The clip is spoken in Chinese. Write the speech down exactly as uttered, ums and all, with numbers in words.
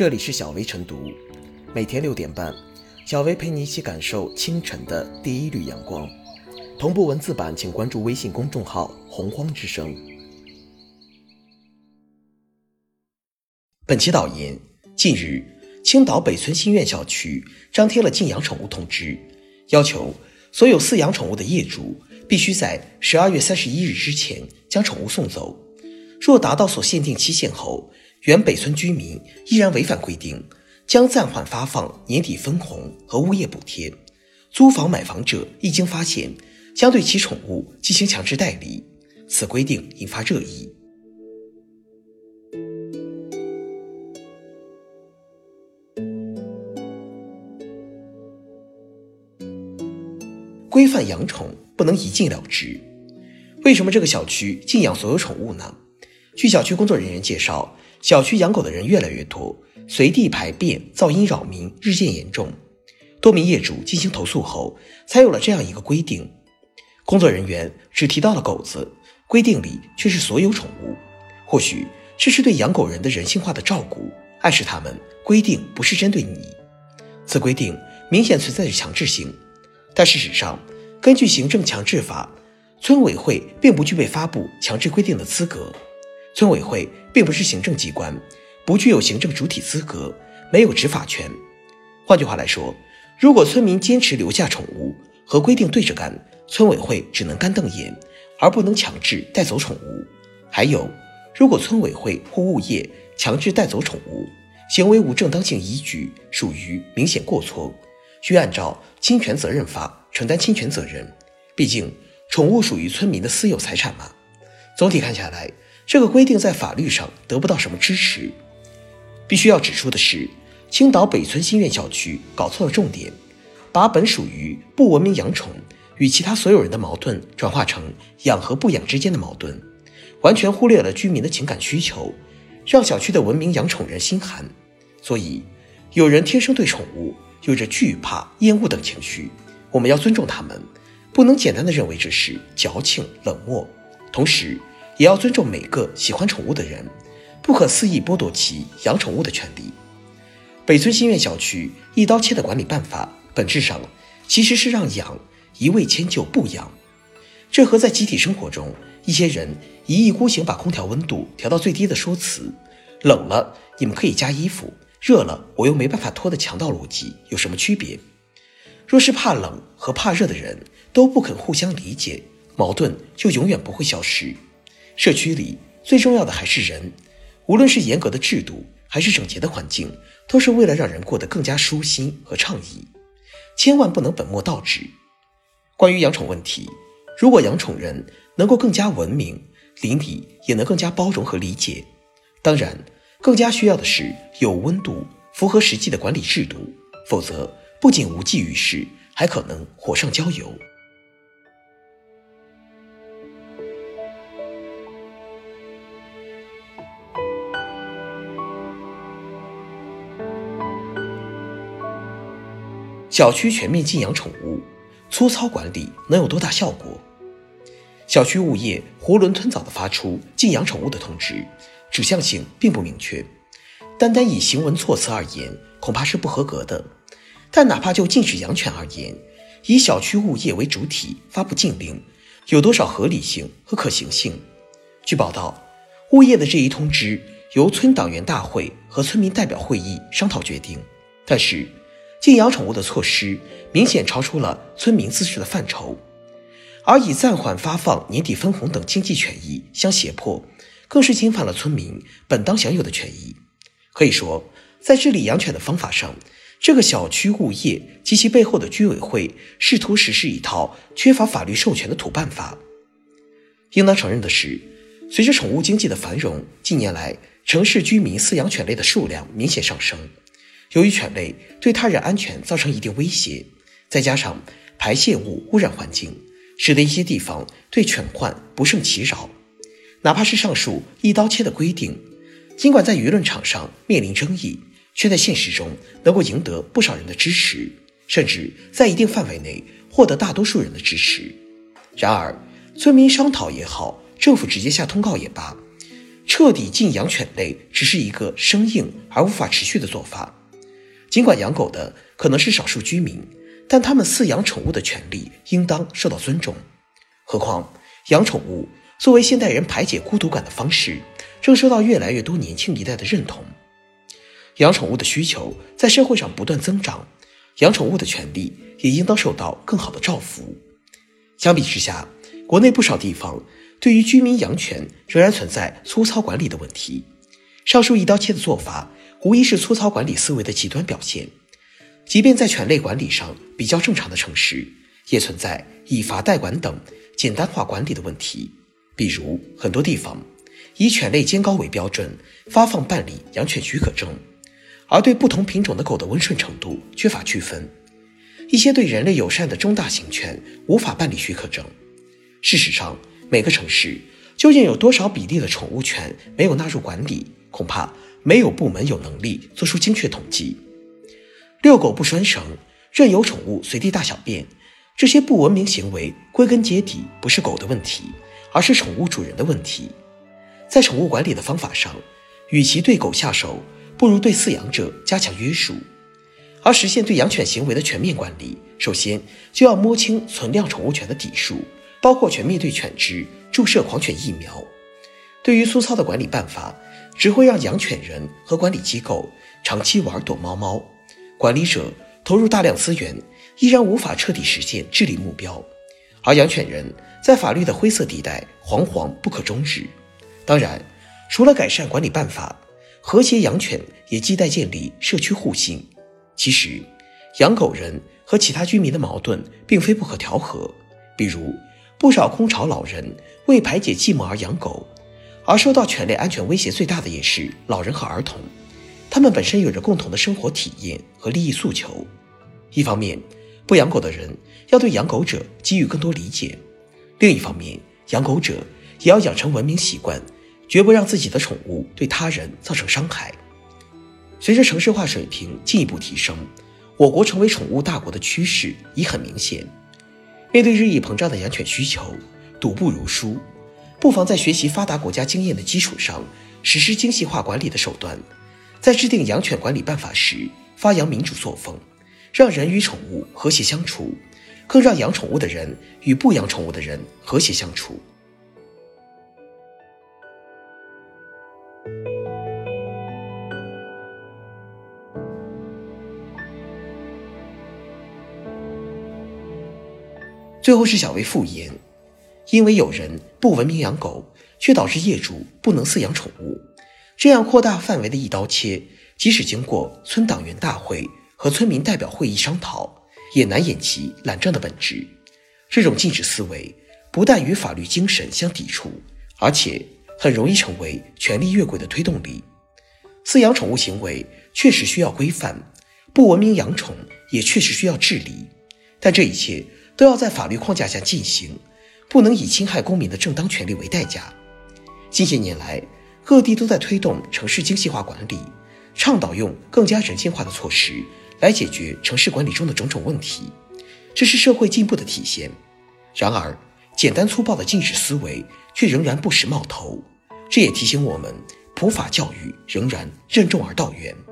这里是小薇晨读，每天六点半，小薇陪你一起感受清晨的第一缕阳光。同步文字版请关注微信公众号洪荒之声。本期导言：近日，青岛北村新苑小区张贴了禁养宠物通知，要求所有饲养宠物的业主必须在十二月三十一日之前将宠物送走。若达到所限定期限后，原北村居民依然违反规定，将暂缓发放年底分红和物业补贴。租房买房者一经发现，将对其宠物进行强制代理。此规定引发热议。规范养宠不能一禁了之。为什么这个小区禁养所有宠物呢？据小区工作人员介绍，小区养狗的人越来越多，随地排便噪音扰民日渐严重，多名业主进行投诉后才有了这样一个规定。工作人员只提到了狗子，规定里却是所有宠物。或许这是对养狗人的人性化的照顾，暗示他们规定不是针对你。此规定明显存在着强制性，但事实上，根据行政强制法，村委会并不具备发布强制规定的资格。村委会并不是行政机关，不具有行政主体资格，没有执法权。换句话来说，如果村民坚持留下宠物，和规定对着干，村委会只能干瞪眼，而不能强制带走宠物。还有，如果村委会或物业强制带走宠物，行为无正当性依据，属于明显过错，需按照侵权责任法承担侵权责任。毕竟宠物属于村民的私有财产嘛。总体看下来，这个规定在法律上得不到什么支持。必须要指出的是，青岛北村新苑小区搞错了重点，把本属于不文明养宠与其他所有人的矛盾转化成养和不养之间的矛盾，完全忽略了居民的情感需求，让小区的文明养宠人心寒。所以有人天生对宠物有着惧怕、厌恶等情绪，我们要尊重他们，不能简单地认为这是矫情冷漠。同时也要尊重每个喜欢宠物的人，不可肆意剥夺其养宠物的权利。北村新苑小区一刀切的管理办法，本质上其实是让养一味迁就不养。这和在集体生活中一些人一意孤行把空调温度调到最低的说辞，冷了你们可以加衣服，热了我又没办法脱的强盗逻辑有什么区别？若是怕冷和怕热的人都不肯互相理解，矛盾就永远不会消失。社区里最重要的还是人，无论是严格的制度还是整洁的环境，都是为了让人过得更加舒心和畅意，千万不能本末倒置。关于养宠问题，如果养宠人能够更加文明，邻里也能更加包容和理解。当然，更加需要的是有温度、符合实际的管理制度，否则不仅无济于事，还可能火上浇油。小区全面禁养宠物，粗糙管理能有多大效果？小区物业囫囵吞枣地发出禁养宠物的通知，指向性并不明确，单单以行文措辞而言，恐怕是不合格的。但哪怕就禁止养犬而言，以小区物业为主体发布禁令，有多少合理性和可行性？据报道，物业的这一通知由村党员大会和村民代表会议商讨决定，但是禁养宠物的措施明显超出了村民自治的范畴，而以暂缓发放年底分红等经济权益相胁迫，更是侵犯了村民本当享有的权益。可以说，在治理养犬的方法上，这个小区物业及其背后的居委会试图实施一套缺乏法律授权的土办法。应当承认的是，随着宠物经济的繁荣，近年来城市居民饲养犬类的数量明显上升。由于犬类对他人安全造成一定威胁，再加上排泄物污染环境，使得一些地方对犬患不胜其扰。哪怕是上述一刀切的规定，尽管在舆论场上面临争议，却在现实中能够赢得不少人的支持，甚至在一定范围内获得大多数人的支持。然而，村民商讨也好，政府直接下通告也罢， 彻底禁养犬类只是一个生硬而无法持续的做法。尽管养狗的可能是少数居民，但他们饲养宠物的权利应当受到尊重。何况养宠物作为现代人排解孤独感的方式，正受到越来越多年轻一代的认同。养宠物的需求在社会上不断增长，养宠物的权利也应当受到更好的照拂。相比之下，国内不少地方对于居民养犬仍然存在粗糙管理的问题。上述一刀切的做法无疑是粗糙管理思维的极端表现。即便在犬类管理上比较正常的城市，也存在以罚代管等简单化管理的问题。比如很多地方以犬类肩高为标准发放办理养犬许可证，而对不同品种的狗的温顺程度缺乏区分。一些对人类友善的中大型犬无法办理许可证。事实上，每个城市究竟有多少比例的宠物犬没有纳入管理，恐怕没有部门有能力做出精确统计。遛狗不拴绳，任由宠物随地大小便，这些不文明行为归根结底不是狗的问题，而是宠物主人的问题。在宠物管理的方法上，与其对狗下手，不如对饲养者加强约束。而实现对养犬行为的全面管理，首先就要摸清存量宠物犬的底数，包括全面对犬只注射狂犬疫苗。对于粗糙的管理办法，只会让养犬人和管理机构长期玩躲猫猫，管理者投入大量资源，依然无法彻底实现治理目标，而养犬人在法律的灰色地带惶惶不可终日。当然，除了改善管理办法，和谐养犬也亟待建立社区互信。其实，养狗人和其他居民的矛盾并非不可调和。比如，不少空巢老人为排解寂寞而养狗，而受到犬类安全威胁最大的也是老人和儿童。他们本身有着共同的生活体验和利益诉求。一方面，不养狗的人要对养狗者给予更多理解；另一方面，养狗者也要养成文明习惯，绝不让自己的宠物对他人造成伤害。随着城市化水平进一步提升，我国成为宠物大国的趋势已很明显。面对日益膨胀的养犬需求，赌不如输，不妨在学习发达国家经验的基础上，实施精细化管理的手段，在制定养犬管理办法时发扬民主作风，让人与宠物和谐相处，更让养宠物的人与不养宠物的人和谐相处。最后是小薇复言，因为有人不文明养狗，却导致业主不能饲养宠物，这样扩大范围的一刀切，即使经过村党员大会和村民代表会议商讨，也难掩其懒政的本质。这种禁止思维不但与法律精神相抵触，而且很容易成为权力越轨的推动力。饲养宠物行为确实需要规范，不文明养宠也确实需要治理，但这一切都要在法律框架下进行，不能以侵害公民的正当权利为代价。近些年来，各地都在推动城市精细化管理，倡导用更加人性化的措施来解决城市管理中的种种问题，这是社会进步的体现。然而，简单粗暴的禁止思维却仍然不时冒头，这也提醒我们，普法教育仍然任重而道远。